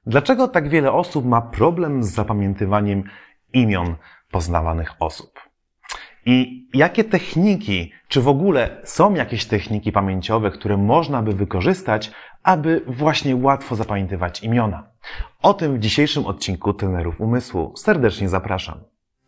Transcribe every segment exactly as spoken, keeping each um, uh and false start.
Dlaczego tak wiele osób ma problem z zapamiętywaniem imion poznawanych osób? I jakie techniki, czy w ogóle są jakieś techniki pamięciowe, które można by wykorzystać, aby właśnie łatwo zapamiętywać imiona? O tym w dzisiejszym odcinku Trenerów Umysłu. Serdecznie zapraszam.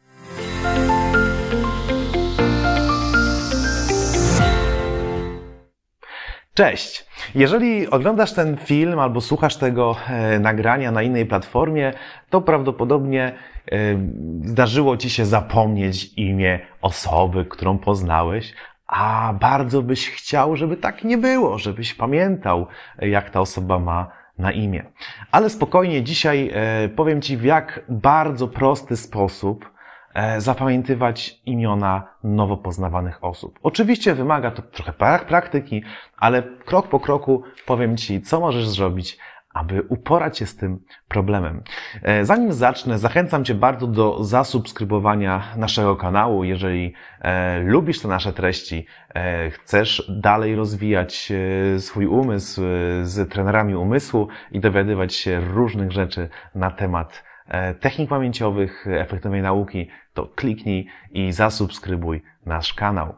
Cześć! Jeżeli oglądasz ten film albo słuchasz tego e, nagrania na innej platformie, to prawdopodobnie e, zdarzyło Ci się zapomnieć imię osoby, którą poznałeś, a bardzo byś chciał, żeby tak nie było, żebyś pamiętał, jak ta osoba ma na imię. Ale spokojnie, dzisiaj e, powiem Ci, w jak bardzo prosty sposób zapamiętywać imiona nowo poznawanych osób. Oczywiście wymaga to trochę praktyki, ale krok po kroku powiem Ci, co możesz zrobić, aby uporać się z tym problemem. Zanim zacznę, zachęcam Cię bardzo do zasubskrybowania naszego kanału. Jeżeli e, lubisz te nasze treści, e, chcesz dalej rozwijać e, swój umysł e, z trenerami umysłu i dowiadywać się różnych rzeczy na temat technik pamięciowych, efektywnej nauki, to kliknij i zasubskrybuj nasz kanał.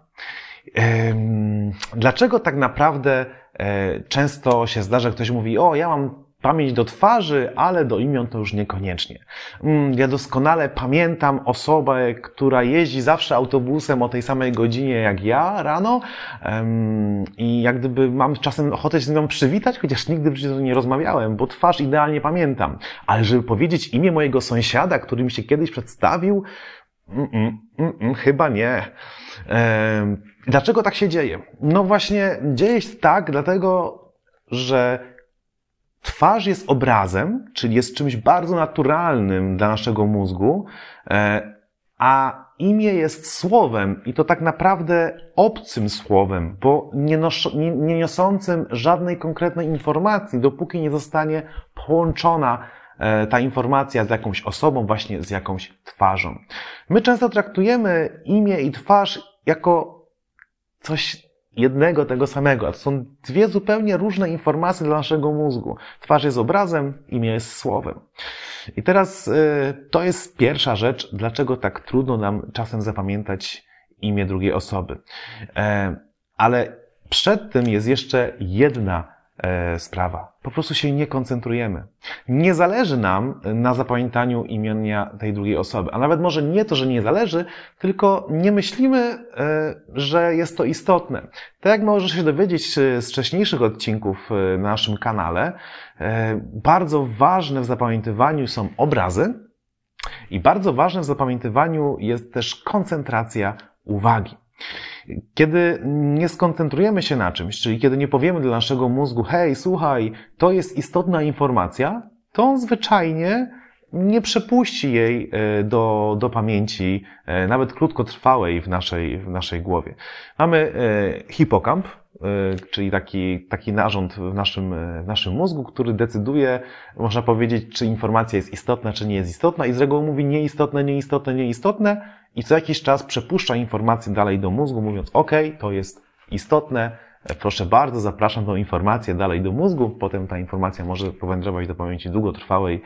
Dlaczego tak naprawdę często się zdarza, że ktoś mówi: o, ja mam pamięć do twarzy, ale do imion to już niekoniecznie. Ja doskonale pamiętam osobę, która jeździ zawsze autobusem o tej samej godzinie jak ja rano i jak gdyby mam czasem ochotę się z nią przywitać, chociaż nigdy w życiu nie rozmawiałem, bo twarz idealnie pamiętam. Ale żeby powiedzieć imię mojego sąsiada, który mi się kiedyś przedstawił, mm, mm, mm, chyba nie. Dlaczego tak się dzieje? No właśnie dzieje się tak, dlatego, że twarz jest obrazem, czyli jest czymś bardzo naturalnym dla naszego mózgu, a imię jest słowem i to tak naprawdę obcym słowem, bo nie, nos- nie, nie niosącym żadnej konkretnej informacji, dopóki nie zostanie połączona ta informacja z jakąś osobą, właśnie z jakąś twarzą. My często traktujemy imię i twarz jako coś jednego, tego samego, a to są dwie zupełnie różne informacje dla naszego mózgu. Twarz jest obrazem, imię jest słowem. I teraz y, to jest pierwsza rzecz, dlaczego tak trudno nam czasem zapamiętać imię drugiej osoby. E, ale przed tym jest jeszcze jedna e, sprawa. Po prostu się nie koncentrujemy. Nie zależy nam na zapamiętaniu imienia tej drugiej osoby. A nawet może nie to, że nie zależy, tylko nie myślimy, że jest to istotne. Tak jak możesz się dowiedzieć z wcześniejszych odcinków na naszym kanale, bardzo ważne w zapamiętywaniu są obrazy i bardzo ważne w zapamiętywaniu jest też koncentracja uwagi. Kiedy nie skoncentrujemy się na czymś, czyli kiedy nie powiemy dla naszego mózgu: hej, słuchaj, to jest istotna informacja, to on zwyczajnie nie przepuści jej do, do pamięci, nawet krótkotrwałej w naszej, w naszej głowie. Mamy hipokamp, czyli taki, taki narząd w naszym, w naszym mózgu, który decyduje, można powiedzieć, czy informacja jest istotna, czy nie jest istotna i z reguły mówi nieistotne, nieistotne, nieistotne i co jakiś czas przepuszcza informację dalej do mózgu, mówiąc: ok, to jest istotne, proszę bardzo, zapraszam tą informację dalej do mózgu. Potem ta informacja może powędrować do pamięci długotrwałej,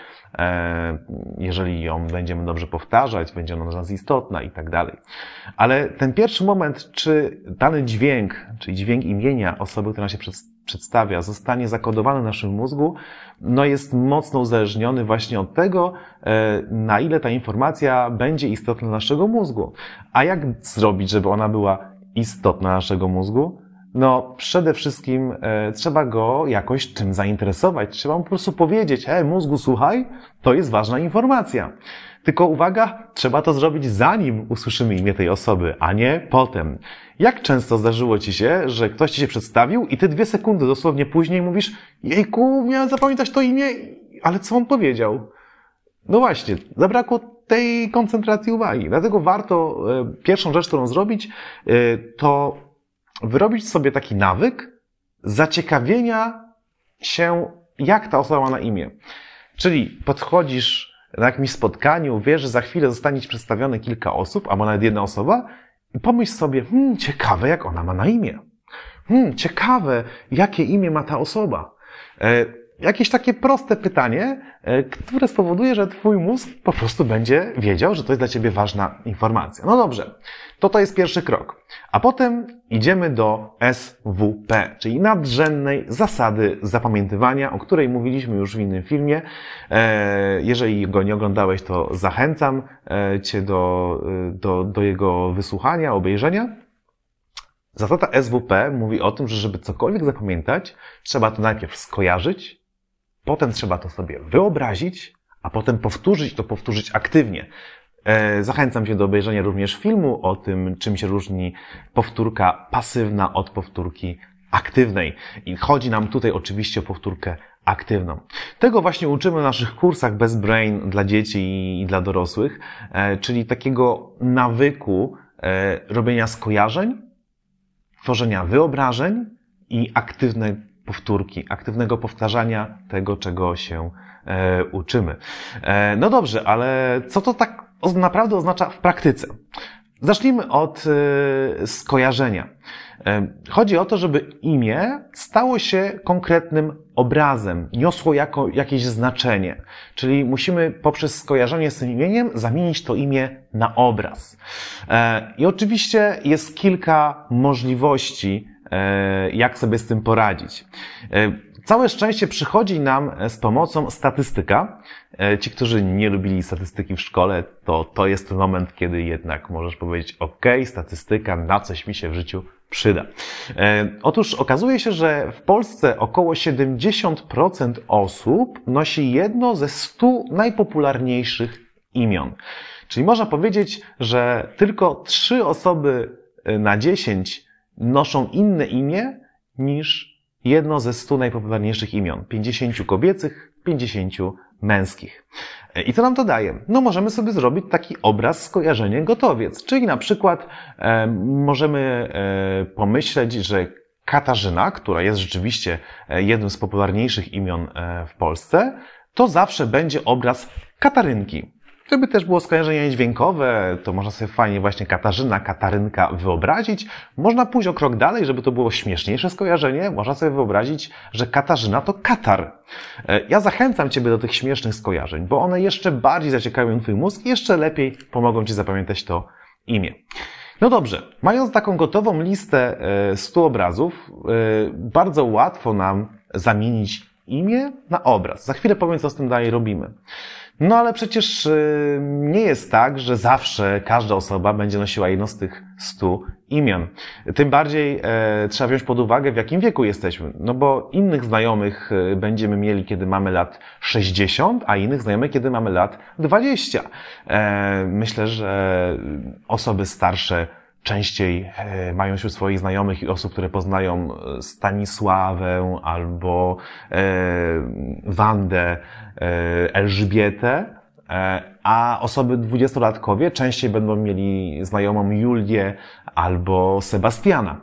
jeżeli ją będziemy dobrze powtarzać, będzie ona dla nas istotna i tak dalej. Ale ten pierwszy moment, czy dany dźwięk, czyli dźwięk imienia osoby, która się przedstawia, zostanie zakodowany w naszym mózgu, no jest mocno uzależniony właśnie od tego, na ile ta informacja będzie istotna dla naszego mózgu. A jak zrobić, żeby ona była istotna dla naszego mózgu? No, przede wszystkim e, trzeba go jakoś czym zainteresować. Trzeba mu po prostu powiedzieć: hej, mózgu, słuchaj, to jest ważna informacja. Tylko uwaga, trzeba to zrobić zanim usłyszymy imię tej osoby, a nie potem. Jak często zdarzyło Ci się, że ktoś Ci się przedstawił i Ty dwie sekundy dosłownie później mówisz: jejku, miałem zapamiętać to imię, ale co on powiedział? No właśnie, zabrakło tej koncentracji uwagi. Dlatego warto, e, pierwszą rzecz, którą zrobić, e, to wyrobić sobie taki nawyk zaciekawienia się, jak ta osoba ma na imię. Czyli podchodzisz na jakimś spotkaniu, wiesz, że za chwilę zostanie Ci przedstawione kilka osób, albo nawet jedna osoba i pomyśl sobie: hmm, ciekawe, jak ona ma na imię. Hmm, ciekawe, jakie imię ma ta osoba. jakieś takie proste pytanie, które spowoduje, że twój mózg po prostu będzie wiedział, że to jest dla ciebie ważna informacja. No dobrze, to to jest pierwszy krok. A potem idziemy do S W P, czyli nadrzędnej zasady zapamiętywania, o której mówiliśmy już w innym filmie. Jeżeli go nie oglądałeś, to zachęcam cię do, do, do jego wysłuchania, obejrzenia. Zasada S W P mówi o tym, że żeby cokolwiek zapamiętać, trzeba to najpierw skojarzyć, potem trzeba to sobie wyobrazić, a potem powtórzyć, to powtórzyć aktywnie. Zachęcam cię do obejrzenia również filmu o tym, czym się różni powtórka pasywna od powtórki aktywnej. I chodzi nam tutaj oczywiście o powtórkę aktywną. Tego właśnie uczymy w naszych kursach Best Brain dla dzieci i dla dorosłych, czyli takiego nawyku robienia skojarzeń, tworzenia wyobrażeń i aktywnej powtórki, aktywnego powtarzania tego, czego się e, uczymy. E, no dobrze, ale co to tak naprawdę oznacza w praktyce? Zacznijmy od e, skojarzenia. E, chodzi o to, żeby imię stało się konkretnym obrazem, niosło jako, jakieś znaczenie. Czyli musimy poprzez skojarzenie z tym imieniem zamienić to imię na obraz. E, I oczywiście jest kilka możliwości, jak sobie z tym poradzić. Całe szczęście przychodzi nam z pomocą statystyka. Ci, którzy nie lubili statystyki w szkole, to to jest ten moment, kiedy jednak możesz powiedzieć: OK, statystyka na coś mi się w życiu przyda. Otóż okazuje się, że w Polsce około siedemdziesiąt procent osób nosi jedno ze stu najpopularniejszych imion. Czyli można powiedzieć, że tylko trzy osoby na dziesięć noszą inne imię niż jedno ze stu najpopularniejszych imion. pięćdziesięciu kobiecych, pięćdziesięciu męskich. I co nam to daje? No możemy sobie zrobić taki obraz, skojarzenie, gotowiec. Czyli na przykład e, możemy e, pomyśleć, że Katarzyna, która jest rzeczywiście jednym z popularniejszych imion e, w Polsce, to zawsze będzie obraz Katarynki. Żeby też było skojarzenie dźwiękowe, to można sobie fajnie właśnie Katarzyna, Katarynka wyobrazić. Można pójść o krok dalej, żeby to było śmieszniejsze skojarzenie. Można sobie wyobrazić, że Katarzyna to Katar. Ja zachęcam Ciebie do tych śmiesznych skojarzeń, bo one jeszcze bardziej zaciekawią Twój mózg i jeszcze lepiej pomogą Ci zapamiętać to imię. No dobrze, mając taką gotową listę stu obrazów, bardzo łatwo nam zamienić imię na obraz. Za chwilę powiem, co z tym dalej robimy. No ale przecież nie jest tak, że zawsze każda osoba będzie nosiła jedno z tych stu imion. Tym bardziej e, trzeba wziąć pod uwagę, w jakim wieku jesteśmy. No bo innych znajomych będziemy mieli, kiedy mamy lat sześćdziesiąt, a innych znajomych, kiedy mamy lat dwadzieścia. E, myślę, że osoby starsze częściej mają wśród swoich znajomych i osób, które poznają Stanisławę albo Wandę, Elżbietę, a osoby dwudziestolatkowie częściej będą mieli znajomą Julię albo Sebastiana.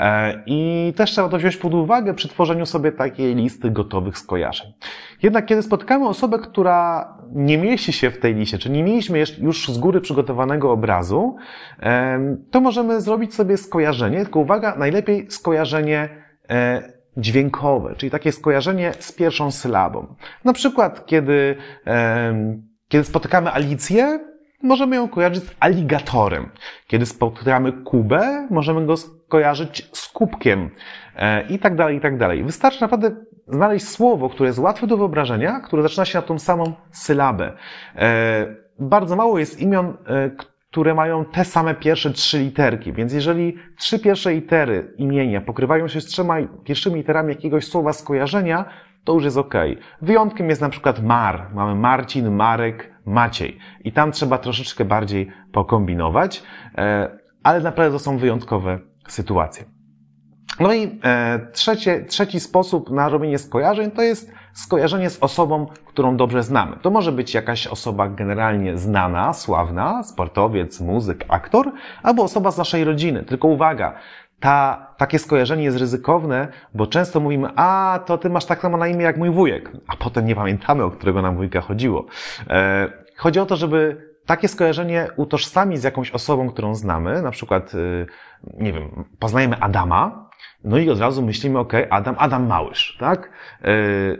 I też trzeba to wziąć pod uwagę przy tworzeniu sobie takiej listy gotowych skojarzeń. Jednak kiedy spotykamy osobę, która nie mieści się w tej liście, czy nie mieliśmy już z góry przygotowanego obrazu, to możemy zrobić sobie skojarzenie, tylko uwaga, najlepiej skojarzenie dźwiękowe, czyli takie skojarzenie z pierwszą sylabą. Na przykład, kiedy, kiedy spotykamy Alicję, możemy ją kojarzyć z aligatorem. Kiedy spotykamy Kubę, możemy go skojarzyć z kubkiem i tak dalej, i tak dalej. Wystarczy naprawdę znaleźć słowo, które jest łatwe do wyobrażenia, które zaczyna się na tą samą sylabę. Bardzo mało jest imion, które mają te same pierwsze trzy literki, więc jeżeli trzy pierwsze litery imienia pokrywają się z trzema pierwszymi literami jakiegoś słowa skojarzenia, to już jest ok. Wyjątkiem jest na przykład Mar. Mamy Marcin, Marek, Maciej. I tam trzeba troszeczkę bardziej pokombinować, ale naprawdę to są wyjątkowe sytuacje. No i trzecie, trzeci sposób na robienie skojarzeń to jest skojarzenie z osobą, którą dobrze znamy. To może być jakaś osoba generalnie znana, sławna, sportowiec, muzyk, aktor, albo osoba z naszej rodziny. Tylko uwaga, ta, takie skojarzenie jest ryzykowne, bo często mówimy: a, to ty masz tak samo na imię jak mój wujek, a potem nie pamiętamy, o którego nam wujka chodziło. E, chodzi o to, żeby takie skojarzenie utożsamić z jakąś osobą, którą znamy, na przykład, nie wiem, poznajemy Adama, no i od razu myślimy: ok, Adam, Adam Małysz, tak?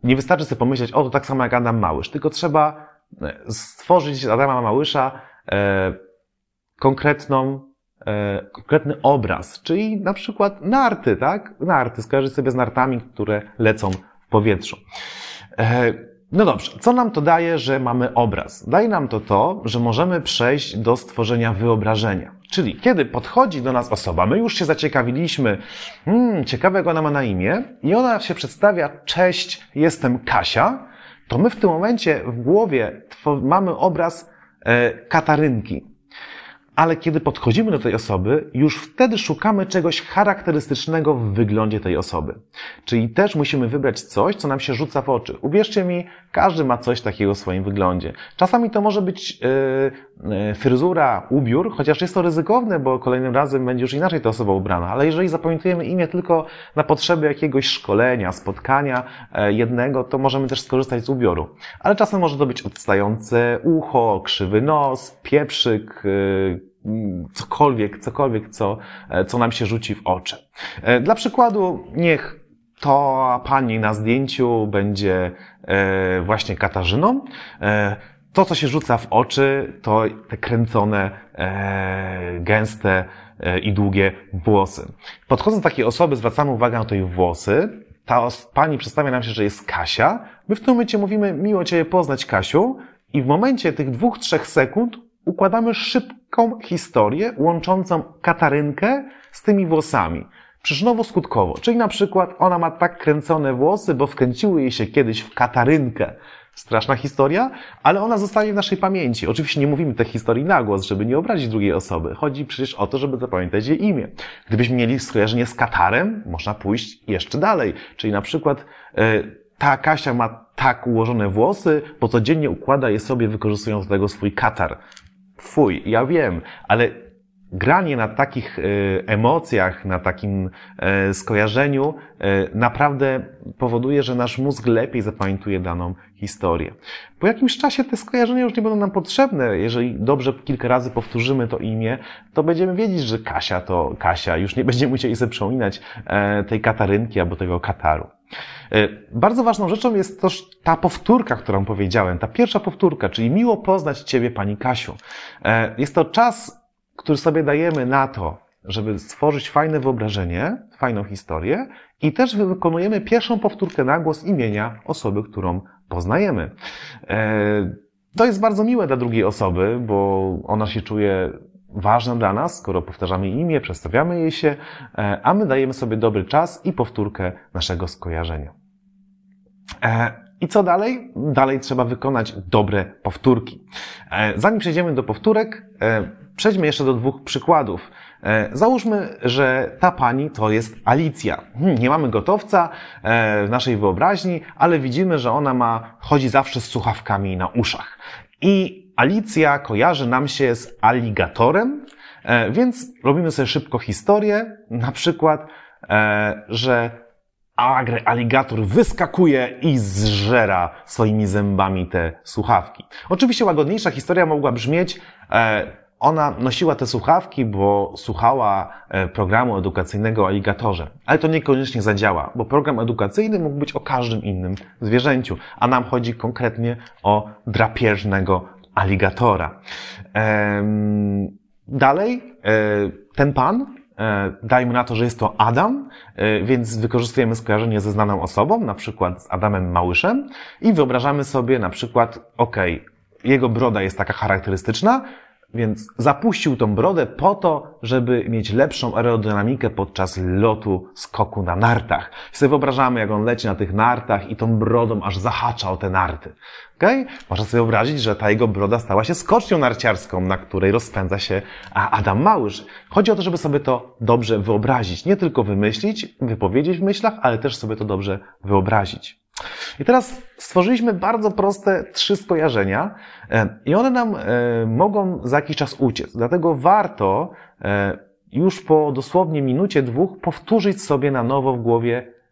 nie wystarczy sobie pomyśleć, o to tak samo jak Adam Małysz, tylko trzeba stworzyć z Adama Małysza e, konkretną, e, konkretny obraz, czyli na przykład narty, tak? Narty, skojarzyć sobie z nartami, które lecą w powietrzu. E, no dobrze, co nam to daje, że mamy obraz? Daje nam to to, że możemy przejść do stworzenia wyobrażenia. Czyli kiedy podchodzi do nas osoba, my już się zaciekawiliśmy, hmm, ciekawe jak ona ma na imię, i ona się przedstawia, cześć, jestem Kasia, to my w tym momencie w głowie mamy obraz e, Katarynki. Ale kiedy podchodzimy do tej osoby, już wtedy szukamy czegoś charakterystycznego w wyglądzie tej osoby. Czyli też musimy wybrać coś, co nam się rzuca w oczy. Uwierzcie mi, każdy ma coś takiego w swoim wyglądzie. Czasami to może być yy, yy, fryzura, ubiór, chociaż jest to ryzykowne, bo kolejnym razem będzie już inaczej ta osoba ubrana. Ale jeżeli zapamiętujemy imię tylko na potrzeby jakiegoś szkolenia, spotkania yy, jednego, to możemy też skorzystać z ubioru. Ale czasem może to być odstające ucho, krzywy nos, pieprzyk, yy, cokolwiek, cokolwiek, co, co nam się rzuci w oczy. Dla przykładu, niech to pani na zdjęciu będzie właśnie Katarzyną. To, co się rzuca w oczy, to te kręcone, gęste i długie włosy. Podchodząc do takiej osoby, zwracamy uwagę na te jej włosy. Ta pani przedstawia nam się, że jest Kasia. My w tym momencie mówimy, miło Cię poznać, Kasiu. I w momencie tych dwóch, trzech sekund układamy szybką historię łączącą Katarynkę z tymi włosami. Przyczynowo-skutkowo. Czyli na przykład ona ma tak kręcone włosy, bo wkręciły jej się kiedyś w Katarynkę. Straszna historia, ale ona zostanie w naszej pamięci. Oczywiście nie mówimy tej historii na głos, żeby nie obrazić drugiej osoby. Chodzi przecież o to, żeby zapamiętać jej imię. Gdybyśmy mieli skojarzenie z Katarem, można pójść jeszcze dalej. Czyli na przykład yy, ta Kasia ma tak ułożone włosy, bo codziennie układa je sobie, wykorzystując do tego swój katar. Fuj, ja wiem, ale granie na takich y, emocjach, na takim y, skojarzeniu y, naprawdę powoduje, że nasz mózg lepiej zapamiętuje daną historię. Po jakimś czasie te skojarzenia już nie będą nam potrzebne. Jeżeli dobrze kilka razy powtórzymy to imię, to będziemy wiedzieć, że Kasia to Kasia. Już nie będziemy musieli sobie przypominać y, tej Katarynki albo tego Kataru. Bardzo ważną rzeczą jest też ta powtórka, którą powiedziałem, ta pierwsza powtórka, czyli miło poznać Ciebie, Pani Kasiu. Jest to czas, który sobie dajemy na to, żeby stworzyć fajne wyobrażenie, fajną historię i też wykonujemy pierwszą powtórkę na głos imienia osoby, którą poznajemy. To jest bardzo miłe dla drugiej osoby, bo ona się czuje ważna dla nas, skoro powtarzamy imię, przedstawiamy jej się, a my dajemy sobie dobry czas i powtórkę naszego skojarzenia. I co dalej? Dalej trzeba wykonać dobre powtórki. Zanim przejdziemy do powtórek, przejdźmy jeszcze do dwóch przykładów. Załóżmy, że ta pani to jest Alicja. Nie mamy gotowca w naszej wyobraźni, ale widzimy, że ona ma, chodzi zawsze z słuchawkami na uszach. I Alicja kojarzy nam się z aligatorem, więc robimy sobie szybko historię, na przykład, że aligator wyskakuje i zżera swoimi zębami te słuchawki. Oczywiście łagodniejsza historia mogła brzmieć, ona nosiła te słuchawki, bo słuchała programu edukacyjnego o aligatorze. Ale to niekoniecznie zadziała, bo program edukacyjny mógł być o każdym innym zwierzęciu, a nam chodzi konkretnie o drapieżnego aligatora. Dalej, ten pan, dajmy na to, że jest to Adam, więc wykorzystujemy skojarzenie ze znaną osobą, na przykład z Adamem Małyszem i wyobrażamy sobie na przykład, ok, jego broda jest taka charakterystyczna, więc zapuścił tą brodę po to, żeby mieć lepszą aerodynamikę podczas lotu, skoku na nartach. I sobie wyobrażamy, jak on leci na tych nartach i tą brodą aż zahacza o te narty. Okay? Można sobie wyobrazić, że ta jego broda stała się skocznią narciarską, na której rozpędza się Adam Małysz. Chodzi o to, żeby sobie to dobrze wyobrazić. Nie tylko wymyślić, wypowiedzieć w myślach, ale też sobie to dobrze wyobrazić. I teraz stworzyliśmy bardzo proste trzy skojarzenia i one nam mogą za jakiś czas uciec. Dlatego warto już po dosłownie minucie, dwóch powtórzyć sobie na nowo w głowie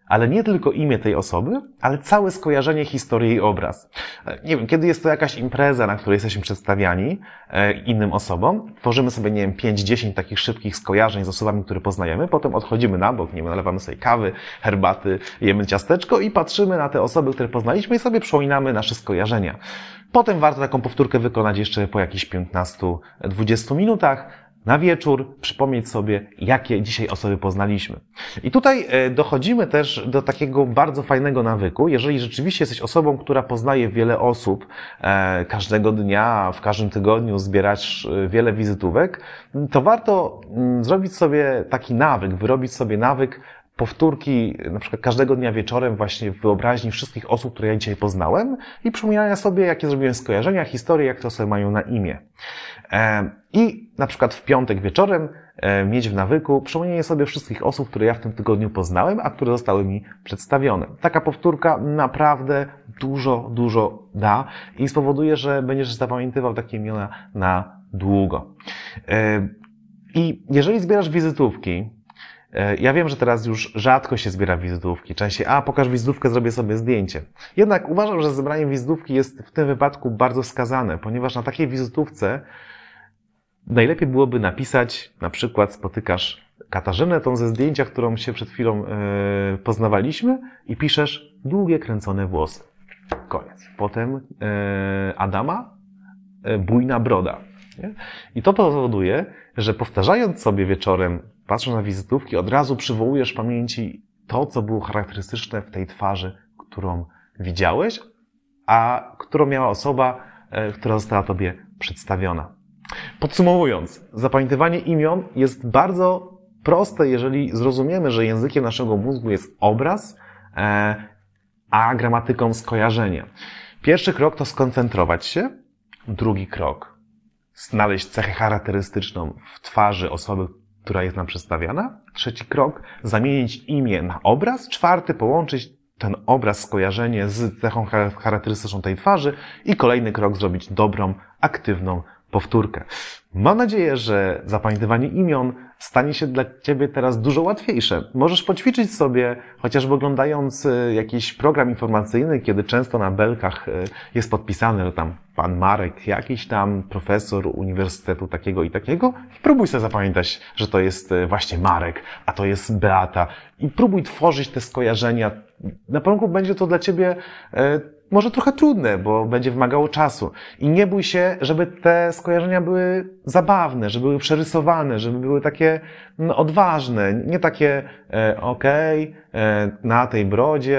Ale nie tylko imię tej osoby, ale całe skojarzenie, historię i obraz. Nie wiem, kiedy jest to jakaś impreza, na której jesteśmy przedstawiani e, innym osobom, tworzymy sobie, nie wiem, pięć dziesięć takich szybkich skojarzeń z osobami, które poznajemy, potem odchodzimy na bok, nie wiem, nalewamy sobie kawy, herbaty, jemy ciasteczko i patrzymy na te osoby, które poznaliśmy i sobie przypominamy nasze skojarzenia. Potem warto taką powtórkę wykonać jeszcze po jakichś piętnastu do dwudziestu minutach, na wieczór, przypomnieć sobie, jakie dzisiaj osoby poznaliśmy. I tutaj dochodzimy też do takiego bardzo fajnego nawyku. Jeżeli rzeczywiście jesteś osobą, która poznaje wiele osób, każdego dnia, w każdym tygodniu zbierasz wiele wizytówek, to warto zrobić sobie taki nawyk, wyrobić sobie nawyk powtórki, na przykład każdego dnia wieczorem właśnie w wyobraźni wszystkich osób, które ja dzisiaj poznałem i przypominania sobie, jakie zrobiłem skojarzenia, historie, jak te osoby mają na imię. I na przykład w piątek wieczorem mieć w nawyku przypomnienie sobie wszystkich osób, które ja w tym tygodniu poznałem, a które zostały mi przedstawione. Taka powtórka naprawdę dużo, dużo da i spowoduje, że będziesz zapamiętywał takie imiona na długo. I jeżeli zbierasz wizytówki, ja wiem, że teraz już rzadko się zbiera wizytówki. Częściej, a pokaż wizytówkę, zrobię sobie zdjęcie. Jednak uważam, że zebranie wizytówki jest w tym wypadku bardzo wskazane, ponieważ na takiej wizytówce najlepiej byłoby napisać, na przykład spotykasz Katarzynę, tą ze zdjęcia, którą się przed chwilą yy, poznawaliśmy i piszesz długie, kręcone włosy. Koniec. Potem yy, Adama, yy, bujna broda. Nie? I to powoduje, że powtarzając sobie wieczorem, patrząc na wizytówki, od razu przywołujesz w pamięci to, co było charakterystyczne w tej twarzy, którą widziałeś, a którą miała osoba, yy, która została tobie przedstawiona. Podsumowując, zapamiętywanie imion jest bardzo proste, jeżeli zrozumiemy, że językiem naszego mózgu jest obraz, a gramatyką skojarzenie. Pierwszy krok to skoncentrować się. Drugi krok znaleźć cechę charakterystyczną w twarzy osoby, która jest nam przedstawiana. Trzeci krok zamienić imię na obraz. Czwarty połączyć ten obraz, skojarzenie z cechą charakterystyczną tej twarzy. I kolejny krok zrobić dobrą, aktywną powtórkę. Mam nadzieję, że zapamiętywanie imion stanie się dla Ciebie teraz dużo łatwiejsze. Możesz poćwiczyć sobie, chociażby oglądając jakiś program informacyjny, kiedy często na belkach jest podpisane, że tam pan Marek, jakiś tam profesor uniwersytetu takiego i takiego. I próbuj sobie zapamiętać, że to jest właśnie Marek, a to jest Beata. I próbuj tworzyć te skojarzenia. Na początku będzie to dla Ciebie może trochę trudne, bo będzie wymagało czasu. I nie bój się, żeby te skojarzenia były zabawne, żeby były przerysowane, żeby były takie no, odważne. Nie takie, e, okej, okay, e, na tej brodzie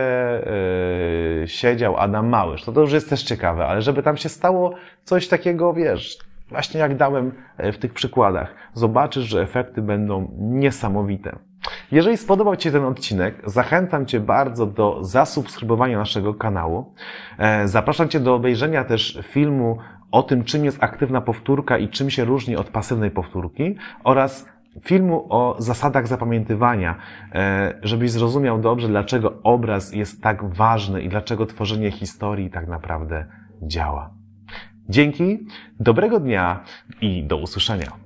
e, siedział Adam Małysz. To, to już jest też ciekawe, ale żeby tam się stało coś takiego, wiesz, właśnie jak dałem w tych przykładach. Zobaczysz, że efekty będą niesamowite. Jeżeli spodobał Ci się ten odcinek, zachęcam Cię bardzo do zasubskrybowania naszego kanału. Zapraszam Cię do obejrzenia też filmu o tym, czym jest aktywna powtórka i czym się różni od pasywnej powtórki oraz filmu o zasadach zapamiętywania, żebyś zrozumiał dobrze, dlaczego obraz jest tak ważny i dlaczego tworzenie historii tak naprawdę działa. Dzięki, dobrego dnia i do usłyszenia.